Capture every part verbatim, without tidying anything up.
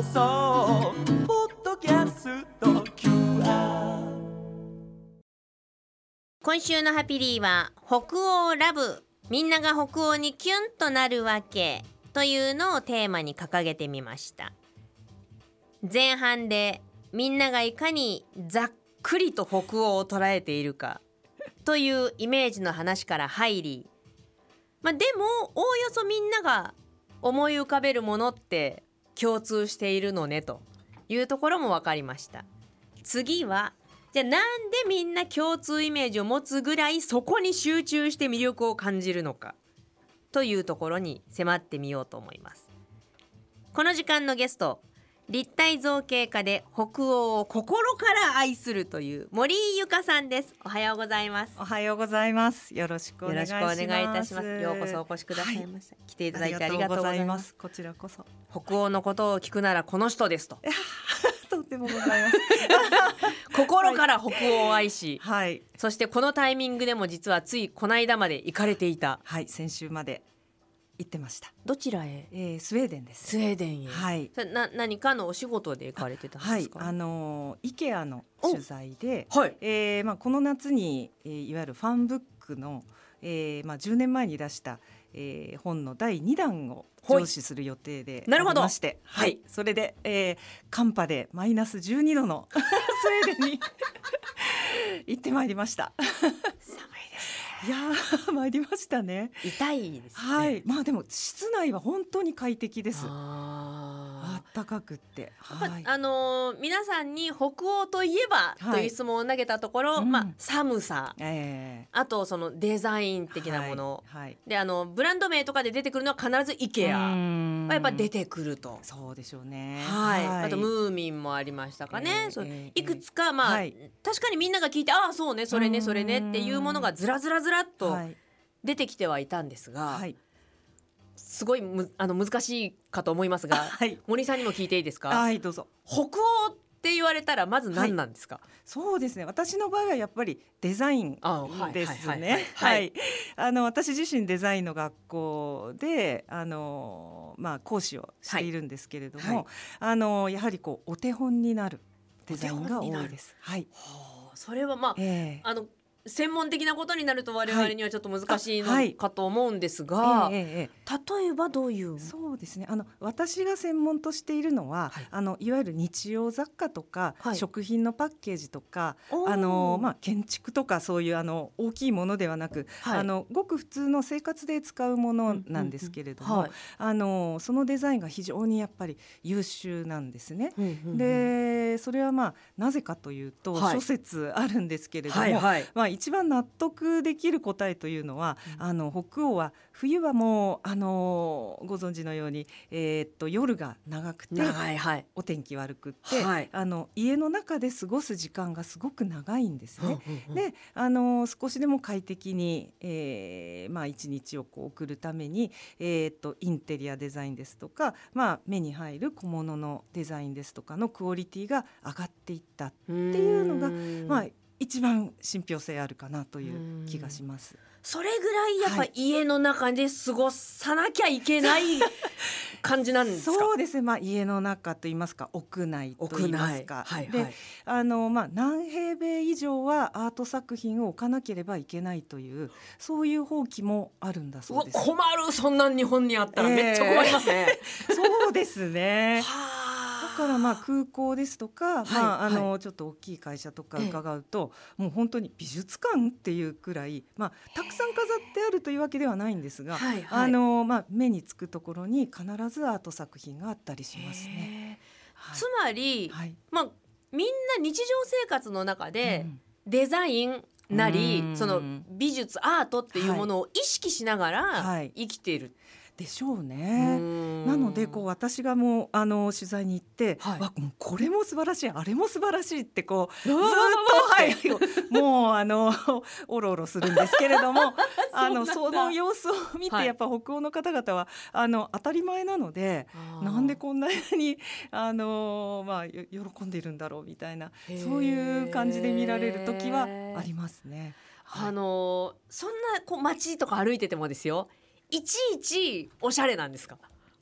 送ポッドキャスト キューアール。 今週のハピリーは北欧ラブ、みんなが北欧にキュンとなるわけというのをテーマに掲げてみました。前半でみんながいかにざっくりと北欧を捉えているかというイメージの話から入り、まあ、でもおおよそみんなが思い浮かべるものって共通しているのねというところも分かりました。次はじゃあなんでみんな共通イメージを持つぐらいそこに集中して魅力を感じるのかというところに迫ってみようと思います。この時間のゲスト、立体造形家で北欧を心から愛するという森井ゆかさんです。おはようございます。 おはようございます。よろしくお願いします。 よろしくお願いいたします。ようこそお越しくださいました、はい、来ていただいてありがとうございます。 こちらこそ。 北欧のことを聞くならこの人ですととてもございます心から北欧を愛し、 はい、 そしてこのタイミングでも実はついこの間まで行かれていた。 はい、先週まで行ってました。 どちらへ？ えー、スウェーデンです。 スウェーデンへ、 はい、 な何かのお仕事で行かれてたんですか？ はい、あのー、IKEA の取材で、 はい、 えーまあ、この夏に、えー、いわゆるファンブックの、えーまあ、じゅうねんまえに出した、えー、本のだいにだんを上司する予定でありまして、はい、それで、えー、寒波でマイナスじゅうにどのスウェーデンに行ってまいりました。 寒いですね。 いやー参りましたね。 痛いですね。 はい、まあでも室内は本当に快適です。 ああったかくって、はい、 あのー、皆さんに北欧といえばという質問を投げたところ、はい、まあ、寒さ、えー、あとそのデザイン的なもの、はいはい、であのブランド名とかで出てくるのは必ず IKEA はやっぱ出てくると。 そうでしょうね、 はいはい、 あとムーミンもありましたかね、えー、そうえー、 いくつか、まあはい、確かにみんなが聞いてああそうねそれねそれねっていうものがずらずらずらっと出てきてはいたんですが、はい、すごいむあの難しいかと思いますが、はい、森さんにも聞いていいですか？ はい、どうぞ。 北欧って言われたらまず何なんですか？はい、 そうですね、私の場合はやっぱりデザインですね。私自身デザインの学校であの、まあ、講師をしているんですけれども、はいはい、あのやはりこうお手本になるデザインが多いです。はい、 はあ、それはまあ、えー、あの専門的なことになると我々にはちょっと難しいのかと思うんですが、はい、えええ、例えばどういう？ そうですね、あの私が専門としているのは、はい、あのいわゆる日用雑貨とか、はい、食品のパッケージとかあの、まあ、建築とかそういうあの大きいものではなく、はい、あのごく普通の生活で使うものなんですけれども、うんうんうん、あのそのデザインが非常にやっぱり優秀なんですね、うんうんうん、でそれはまあなぜかというと、はい、諸説あるんですけれども、はいはい、まあ一番納得できる答えというのは、うん、あの北欧は冬はもうあのご存知のように、えー、っと夜が長くて長い、はい、お天気悪くって、はい、あの家の中で過ごす時間がすごく長いんですね、うんうんうん、であの少しでも快適に、えーまあ、一日をこう送るために、えー、っとインテリアデザインですとか、まあ、目に入る小物のデザインですとかのクオリティが上がっていったっていうのが、まあ一番信憑性あるかなという気がします。 それぐらいやっぱ家の中で過ごさなきゃいけない感じなんですか？ そうですね、まあ、家の中といいますか屋内といいますか、はいはい、であの、まあ、何平米以上はアート作品を置かなければいけないというそういう法規もあるんだそうです。 困る、そんな日本にあったらめっちゃ困りますね、 えー、そうですねだからまあ空港ですとか、はいまあ、あのちょっと大きい会社とか伺うと、ええ、もう本当に美術館っていうくらい、まあ、たくさん飾ってあるというわけではないんですが、はいはいあのまあ、目につくところに必ずアート作品があったりしますね、 はい、つまり、はいまあ、みんな日常生活の中でデザインなり、うん、その美術アートっていうものを意識しながら生きている、はいでしょうね。なのでこう私がもうあの取材に行って、はい、わもうこれも素晴らしいあれも素晴らしいってこうずっと、はい、もうあのおろおろするんですけれどもあのその様子を見て、はい、やっぱ北欧の方々はあの当たり前なのでなんでこんなにあの、まあ、喜んでいるんだろうみたいなそういう感じで見られる時はありますね。 はい、あのそんなこう街とか歩いててもですよいちいちおしゃれなんですか？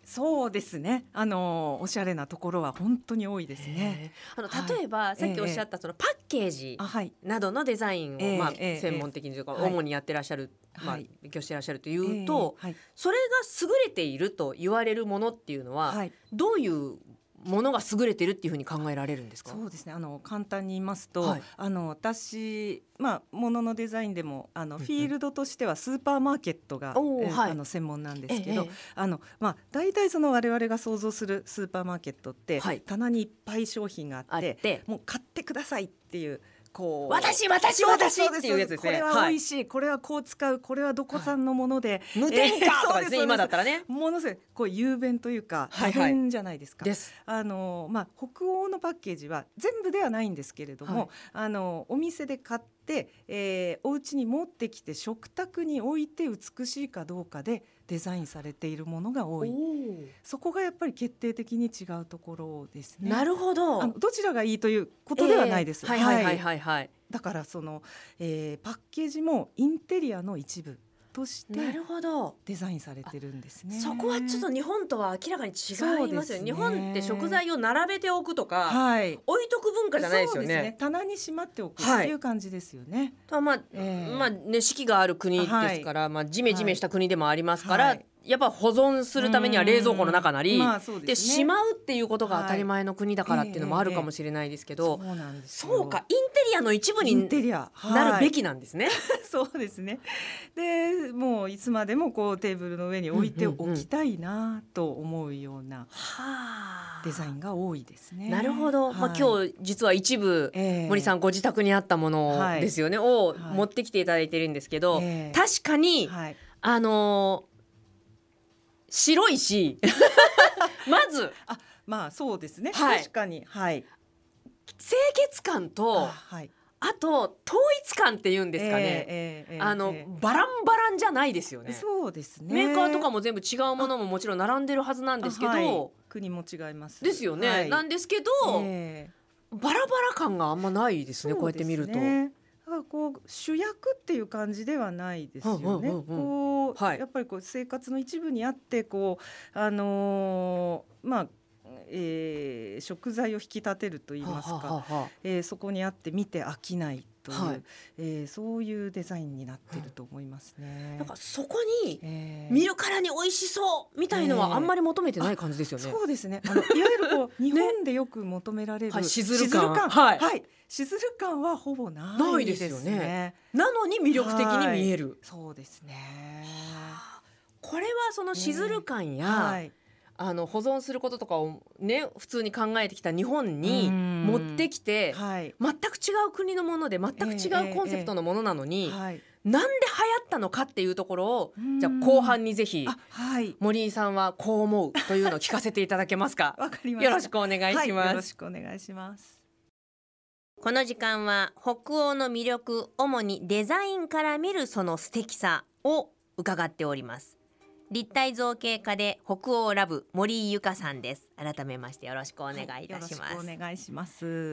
そうですね、あのおしゃれなところは本当に多いですね。 あの例えば、はい、さっきおっしゃったそのパッケージなどのデザインを、えーまあえー、専門的にというか、えー、主にやってらっしゃる、はいまあ、勉強してらっしゃるというと、えーはい、それが優れていると言われるものっていうのは、はい、どういうものが優れてるっていうふうに考えられるんですか？ そうですね、あの簡単に言いますと、はい、あの私、まあ、もののデザインでもあのフィールドとしてはスーパーマーケットが、うんえはい、あの専門なんですけど、ええあのまあ、大体その我々が想像するスーパーマーケットって、はい、棚にいっぱい商品があって、あってもう買ってくださいっていうこう私私私っていうやつですね。 これは美味しい、はい、これはこう使う、これはどこ産のもので、はい、 無添加とかですね、今だったらねものすごいこう雄弁というか多弁じゃないですか、 はいはい、ですあの、まあ、北欧のパッケージは全部ではないんですけれども、はい、あのお店で買って、えー、お家に持ってきて食卓に置いて美しいかどうかでデザインされているものが多い。そこがやっぱり決定的に違うところですね。 なるほど。 あのどちらがいいということではないです、 えー、はいはいはいはいはい、 だからその、えー、パッケージもインテリアの一部としてデザインされてるんですね。 そこはちょっと日本とは明らかに違いますよね。日本って食材を並べておくとか、はい、置いとく文化じゃないですよ ね, そうですね。棚にしまっておくっていう感じですよね。 はい、まあ、えーまあね、四季がある国ですから、はいまあ、ジメジメした国でもありますから、はいやっぱ保存するためには冷蔵庫の中なり、まあそうですね、でしまうっていうことが当たり前の国だからっていうのもあるかもしれないですけど、はいえーえー、そうなんですよ。そうか、インテリアの一部になるべきなんですね。 そうですね。でもういつまでもこうテーブルの上に置いておきたいなと思うようなデザインが多いですね。 なるほど、はいまあ、今日実は一部、えー、森さんご自宅にあったものですよね、はい、を持ってきていただいてるんですけど、えー、確かに、はい、あのー白いしまずあまあそうですね、はい、確かに、はい、 清潔感と あ,、はい、あと統一感っていうんですかね、えーえー、あの、えー、バランバランじゃないですよね。 そうですね。 メーカーとかも全部違うものももちろん並んでるはずなんですけど、はい、 国も違いますですよね、はい、なんですけど、えー、バラバラ感があんまないですね。こうやって見るとこう主役っていう感じではないですよね。こう、はい、やっぱりこう生活の一部にあってこう、あのー、まあえー、食材を引き立てるといいますか、はははえー、そこにあって見て飽きないという、はいえー、そういうデザインになっていると思いますね。 なんかそこに、えー、見るからに美味しそうみたいのはあんまり求めてない感じですよね。 えー、そうですね。あのいわゆるこう日本でよく求められる、ねはい、 しずる感、 はいはい、しずる感はほぼないですね。ないですよね。 なのに魅力的に見える、はい、 そうですね。 これはそのしずる感や、はい、あの保存することとかをね普通に考えてきた日本に持ってきて、はい、全く違う国のもので全く違うコンセプトのものなのに、えーえーはい、なんで流行ったのかっていうところをじゃあ後半にぜひ、はい、森井さんはこう思うというのを聞かせていただけますか。 わかりました。 よろしくお願いします、 はい、よろしくお願いします。 この時間は北欧の魅力、主にデザインから見るその素敵さを伺っております。立体造形家で北欧ラブ森井ゆかさんです。改めましてよろしくお願いいたします、はい、 よろしくお願いします。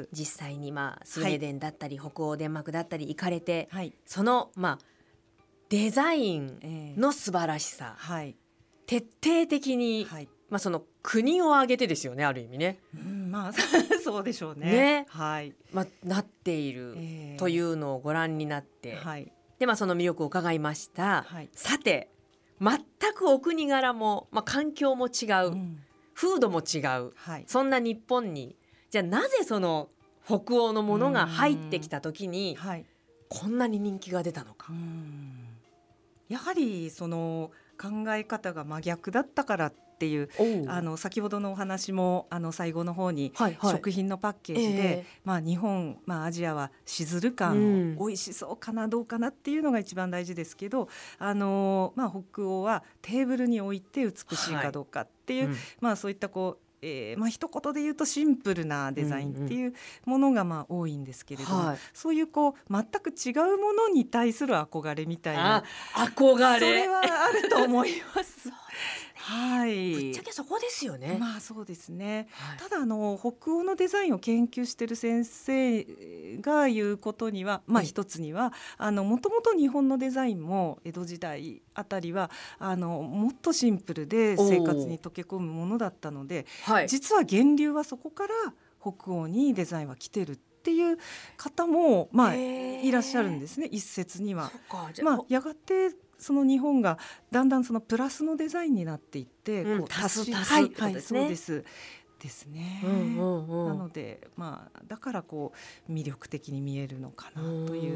実際にまあスウェーデンだったり、はい、北欧デンマークだったり行かれて、はい、そのまあデザインの素晴らしさ、えーはい、徹底的に、はいまあ、その国を挙げてですよね、ある意味ね、 うんまあ、そうでしょうね、 ねはいまあ、なっているというのをご覧になって、えーはいでまあ、その魅力を伺いました、はい、さて全くお国柄も、まあ、環境も違う、うん、風土も違う、はい、そんな日本にじゃあなぜその北欧のものが入ってきた時に、はい、こんなに人気が出たのか。うんやはりその考え方が真逆だったからっていうあの先ほどのお話もあの最後の方に、はいはい、食品のパッケージで、えーまあ、日本、まあ、アジアはしずる感、うん、美味しそうかなどうかなっていうのが一番大事ですけど、あの、まあ、北欧はテーブルに置いて美しいかどうかっていう、はいうんまあ、そういったこうえーまあ、一言で言うとシンプルなデザインっていうものがまあ多いんですけれども、うんうん、そういうこう全く違うものに対する憧れみたいな憧れそれはあると思います。 はい、 ぶっちゃけそこですよね。 まあそうですね、 はい、 ただあの北欧のデザインを研究している先生が言うことには、まあ、一つにはもともと日本のデザインも江戸時代あたりはあのもっとシンプルで生活に溶け込むものだったので、はい、実は源流はそこから北欧にデザインは来てるっていう方も、まあ、いらっしゃるんですね、一説には。まあ、やがてその日本がだんだんそのプラスのデザインになっていって、 うん、 こう足す足すってことですね。 はいはい、そうですですね、うんうんうん、なので、まあ、だからこう魅力的に見えるのかなという、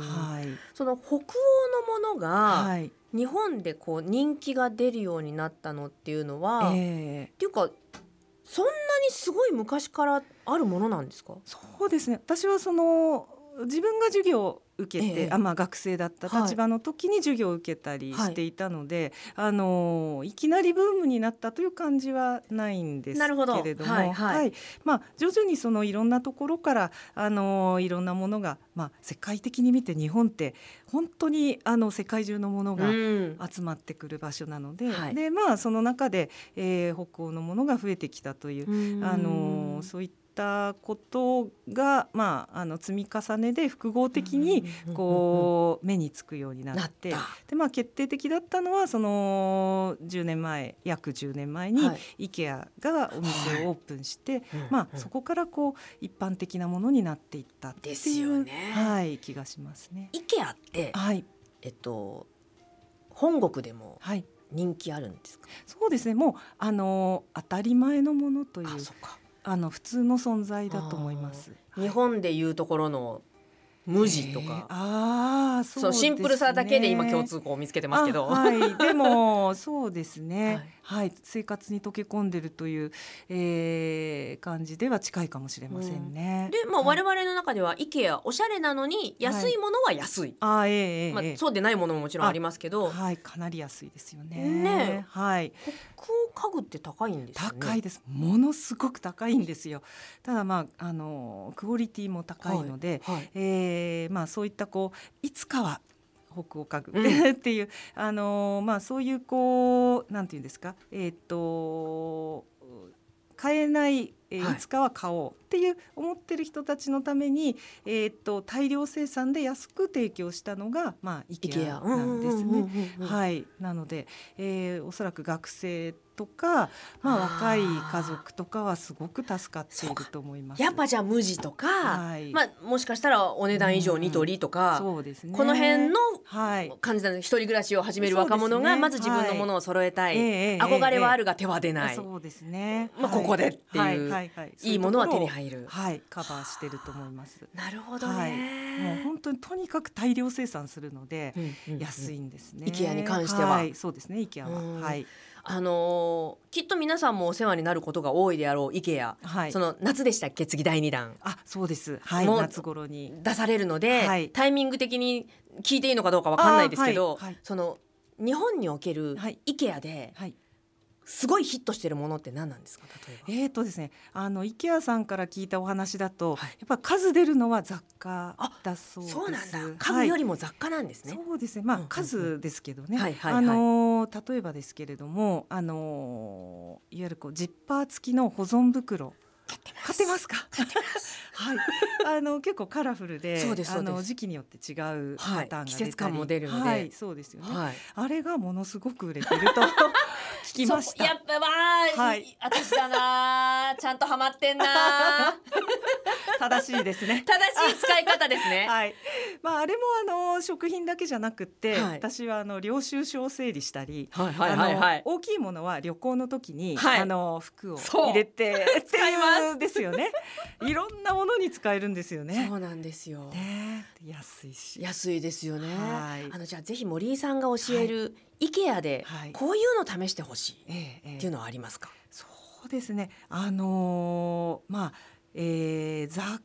はい、 その北欧のものが、はい、日本でこう人気が出るようになったのっていうのは、えー、っていうかそんなにすごい昔からあるものなんですか？ そうですね、私はその自分が授業を受けて、ええあまあ、学生だった立場の時に授業を受けたりしていたので、はい、あのいきなりブームになったという感じはないんですけれども、なるほど、はいはいはいまあ、徐々にそのいろんなところからあのいろんなものが、まあ、世界的に見て日本って本当にあの世界中のものが集まってくる場所なので、うんはいでまあ、その中で、えー、北欧のものが増えてきたという、あのそういったたことが、まあ、あの積み重ねで複合的にこう目につくようになってで、まあ、決定的だったのはそのじゅうねんまえ約じゅうねんまえに IKEA がお店をオープンして、はいまあ、そこからこう一般的なものになっていったっていうですよね、はい、気がしますね。 IKEA って、はいえっと、本国でも人気あるんですか？ そうですね、もうあの当たり前のものという、あ、そっか、あの普通の存在だと思います。 日本でいうところの無地とか、 えー、あ そうですね、 そうシンプルさだけで今共通項を見つけてますけど、 はい、でもそうですね、はいはい、生活に溶け込んでるという、えー、感じでは近いかもしれませんね、 うん、で、まあ、我々の中では IKEA おしゃれなのに安いものは安い、 はい、あ、えーまあ、 えー、 そうでないものももちろんありますけど、 はい、かなり安いですよね。 ね、 はい、 北欧家具って高いんですよね。 高いです、ものすごく高いんですよ。ただ、まあ、あのクオリティも高いので、はいはいえーまあ、そういったこういつかは北欧家具、うん、っていう、あのーまあ、そういうこうなんていうんですか、えー、と買えない、えーはい、いつかは買おうっていう思ってる人たちのために、えー、と大量生産で安く提供したのが、まあ、IKEA なんですね。はい、なので、えー、おそらく学生とか、まあ、若い家族とかはすごく助かっていると思います。 やっぱじゃあ無地とか、はいまあ、もしかしたらお値段以上ニトリとか、 うんそうですね、 この辺のはい感じなので、一人暮らしを始める若者がまず自分のものを揃えたい、はい憧れはあるが手は出ない、 そうですね、 まあ、ここでっていう、はいはいはい、いいものは手に入る、 はい、カバーしてると思います。 なるほどね、 はい、もう本当にとにかく大量生産するので、うんうんうん、安いんですね。 IKEA に関しては、 はい、そうですね、 IKEA は、はい、 あのー、きっと皆さんもお世話になることが多いであろう IKEA、はい、その夏でしたっけ、次だいにだん、 あ、そうです、はい、夏頃に出されるので、はい、タイミング的に聞いていいのかどうか分かんないですけど、はいはい、その日本における IKEA で、はいはい、すごいヒットしてるものって何なんですか？例えば、 えーとですね、あの IKEA さんから聞いたお話だと、はい、やっぱ数出るのは雑貨だそうです。 そうなんだ、家具よりも雑貨なんですね。 はい、そうですね、まあ、数ですけどね、あの例えばですけれども、あのいわゆるこうジッパー付きの保存袋、買ってますか？はい、あの結構カラフルで、そうですそうです、あの時期によって違うパターンが出たり、はい、季節感も出るので、 はい、そうですよね、はい、あれがものすごく売れてると聞きました。 やっぱわー、はい、私だな、ちゃんとハマってんな正しいですね、 正しい使い方ですね。 はい、まあ、あれもあの食品だけじゃなくて、はい、私はあの領収書を整理したり、はいはいはいはい、大きいものは旅行の時に、はい、あの服を入れて使いますですよね。いろんなものに使えるんですよね。 そうなんですよ、 ね、安いし、 安いですよね。 はい、 あのじゃあぜひ森井さんが教える、はい、IKEA でこういうの試してほしいっていうのはありますか？ ええええ、そうですね、あのー、まあ、えー、雑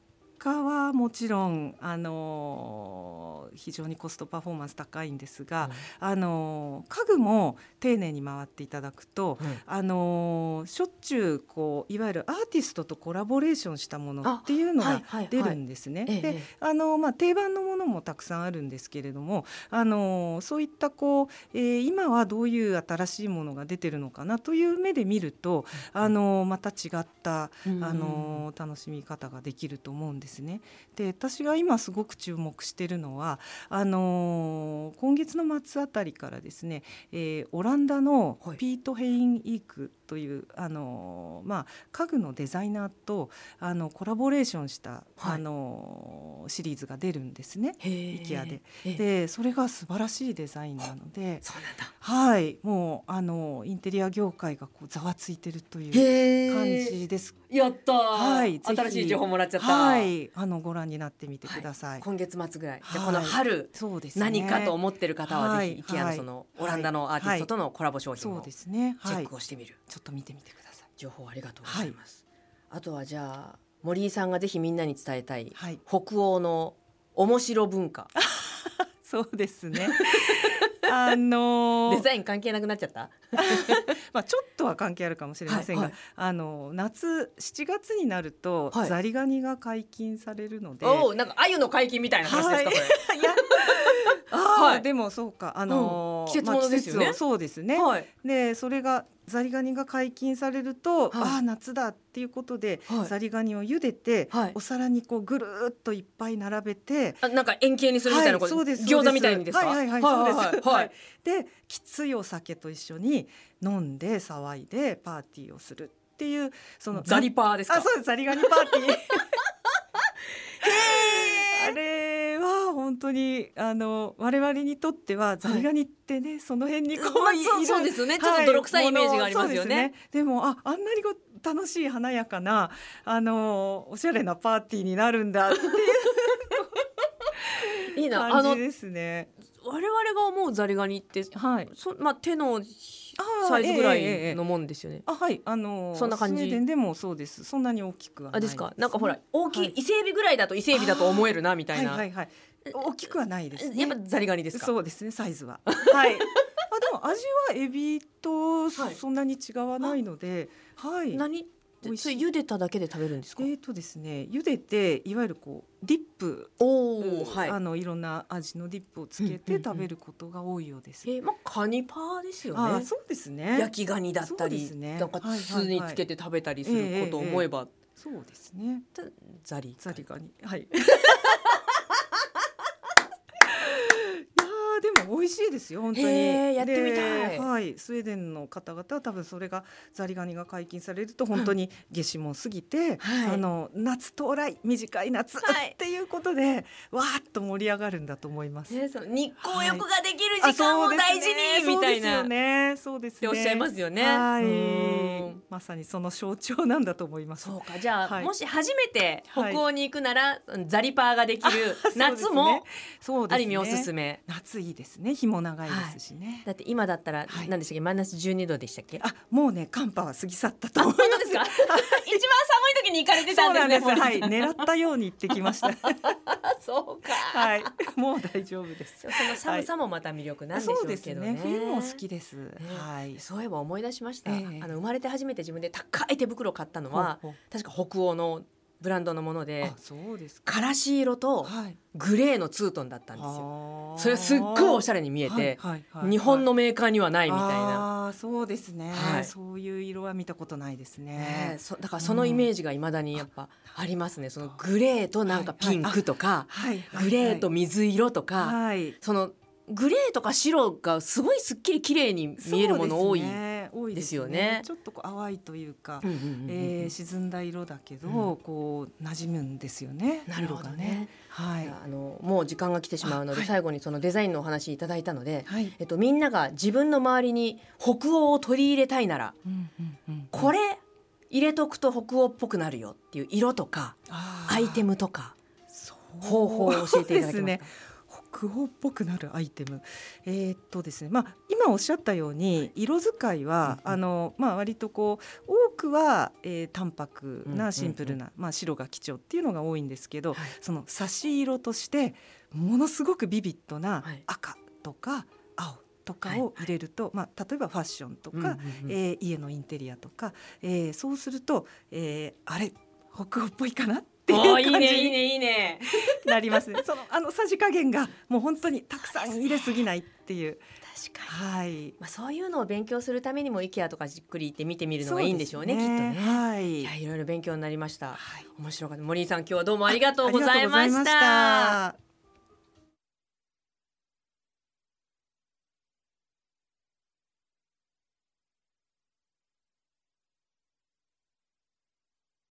家はもちろんあの非常にコストパフォーマンス高いんですが、うん、あの家具も丁寧に回っていただくと、うん、あのしょっちゅうこういわゆるアーティストとコラボレーションしたものっていうのが出るんですね。で、あの、まあ、定番のものもたくさんあるんですけれども、あのそういったこう、えー、今はどういう新しいものが出てるのかなという目で見ると、うん、あのまた違った、うん、あの楽しみ方ができると思うんですね。で、私が今すごく注目しているのはあの今月の末あたりからですね、えー、オランダのピート・ヘイン・イークというあの、まあ、家具のデザイナーとあのコラボレーションした、はい、あのシリーズが出るんですね、IKEA で。でそれが素晴らしいデザインなので、 そうなんだ、 はい、もうあのインテリア業界がこうざわついてるという感じです。 やった、 はい、 新しい情報もらっちゃった。 はい、あのご覧になってみてください。はい、 今月末ぐらい、じゃあこの春、はい、そうですね、何かと思ってる方はぜひ IKEA のそのオランダのアーティストとのコラボ商品をチェックをしてみる。 ちょっと見てみてください。 情報ありがとうございます。はい、あとはじゃあ森井さんがぜひみんなに伝えたい、はい、北欧の面白文化。 そうですね。あのー、 デザイン関係なくなっちゃったまあちょっとは関係あるかもしれませんが、はいはい、あの夏しちがつになると、はい、ザリガニが解禁されるので、 おなんか鮎の解禁みたいな話ですか、はい、これ。いやあ、はい、でもそうか、あのーうん、 季節ものですよね、 まあ、そうですね、はい、でそれがザリガニが解禁されると、はい、あ夏だっていうことで、はい、ザリガニを茹でて、はい、お皿にこうぐるっといっぱい並べて、 あなんか円形にするみたいなこと、はい、餃子みたいにですか。 はいはいはい、そうです、はいはいはい、できついお酒と一緒に飲んで騒いでパーティーをするっていう、そのザリパーですか。 あ、そうです、ザリガニパーティーあれは本当にあの我々にとってはザリガニってね、はい、その辺にこう、 まあ、そうそうですよね、ちょっと泥臭いイメージがありますよね。 はい、で, ねでも あ, あんなにこう楽しい華やかなあのおしゃれなパーティーになるんだっていういいな感じですね。 我々が思うザリガニって、はいそまあ、手のサイズぐらいのもんですよね。 あ、はい、あのー、 そんな感じ。 スウェーデンでもそうです。そんなに大きくはないです、ね。 あですか。なんかほら大きい、はい、伊勢エビぐらいだと伊勢エビだと思えるなみたいな。 はいはいはい、大きくはないですね。 やっぱザリガニですか。 そうですね、サイズは。はい。あでも味はエビとそんなに違わないので、はい。はい、 何それ茹でただけで食べるんですか。 えーとですね、茹でていわゆるこうディップ、 お、はい、 あのいろんな味のディップをつけて食べることが多いようです。 うんうんうん、えーまあ、カニパーですよね。 あ、そうですね。 焼きガニだったり、ね、なんか筒につけて食べたりすることを思えば、 はいはいはい、そうですね。 ザリザリガニ、はい。でも美味しいですよ本当に。 やってみたい。 はい、スウェーデンの方々は多分それがザリガニが解禁されると本当に夏至も過ぎて、はい、あの夏到来、短い夏、はい、っていうことでわーっと盛り上がるんだと思います。 ね、その日光浴ができる時間を大事に、はい、みたいな、 そうですね、そうですね、 っておっしゃいますよね。 はい、まさにその象徴なんだと思います。 そうか、じゃあ、はい、もし初めて北欧に行くなら、はい、ザリパーができる夏もある意味おすすめ。 夏いいですね、日も長いですしね。はい、 だって今だったら、はい、何でしたっけ、マイナスじゅうにどでしたっけ。 あ、もうね寒波は過ぎ去ったと思います。 本当ですか。一番寒い時に行かれてたんですね。 そうなんです、はい、狙ったように行ってきましたそうか、 はい、もう大丈夫です。 その寒さもまた魅力なんでしょうけどね。 そうですね、冬も好きです、ね、はい、 そういえば思い出しました、えー、あの生まれて初めて自分で高い手袋を買ったのは確か北欧のブランドのもので、 あ、そうですか。 からし色とグレーのツートンだったんですよ、はい、それはすっごいおしゃれに見えて、はいはいはいはい、日本のメーカーにはないみたいな。 あ、そうですね、はい、そういう色は見たことないですね。 ね、そだからそのイメージが未だにやっぱありますね、うん、そのグレーとなんかピンクとか、はいはい、グレーと水色とか、はい、そのグレーとか白がすごいすっきり綺麗に見えるもの多いですよね。 ちょっとこう淡いというか、うんうんうんうん、えー、沈んだ色だけど、うん、こう馴染むんですよね。 なるほどね。 はい、 あのもう時間が来てしまうので、はい、最後にそのデザインのお話いただいたので、はい、えっと、みんなが自分の周りに北欧を取り入れたいなら、うんうんうん、これ入れとくと北欧っぽくなるよっていう色とかアイテムとか方法を教えていただけますか。 北欧っぽくなるアイテム、えーっとですね、まあ、今おっしゃったように色使いは、はい、あのまあ、割とこう多クは、えー、淡白なシンプルな、うんうんうん、まあ、白が基調っていうのが多いんですけど、はい、その差し色としてものすごくビビッドな赤とか青とかを入れると、はいはい、まあ、例えばファッションとか、うんうんうん、えー、家のインテリアとか、えー、そうすると、えー、あれ北欧っぽいかなっていう感じにいいねいいねなりますね。そのあのさじ加減がもう本当にたくさん入れすぎないっていう。 確かに、 はい、 まあ、そういうのを勉強するためにも IKEA とかじっくり行って見てみるのがいいんでしょうね、きっとね、 はい、 いやいろいろ勉強になりました、 はい、 面白かった。森井さん、今日はどうもありがとうございました。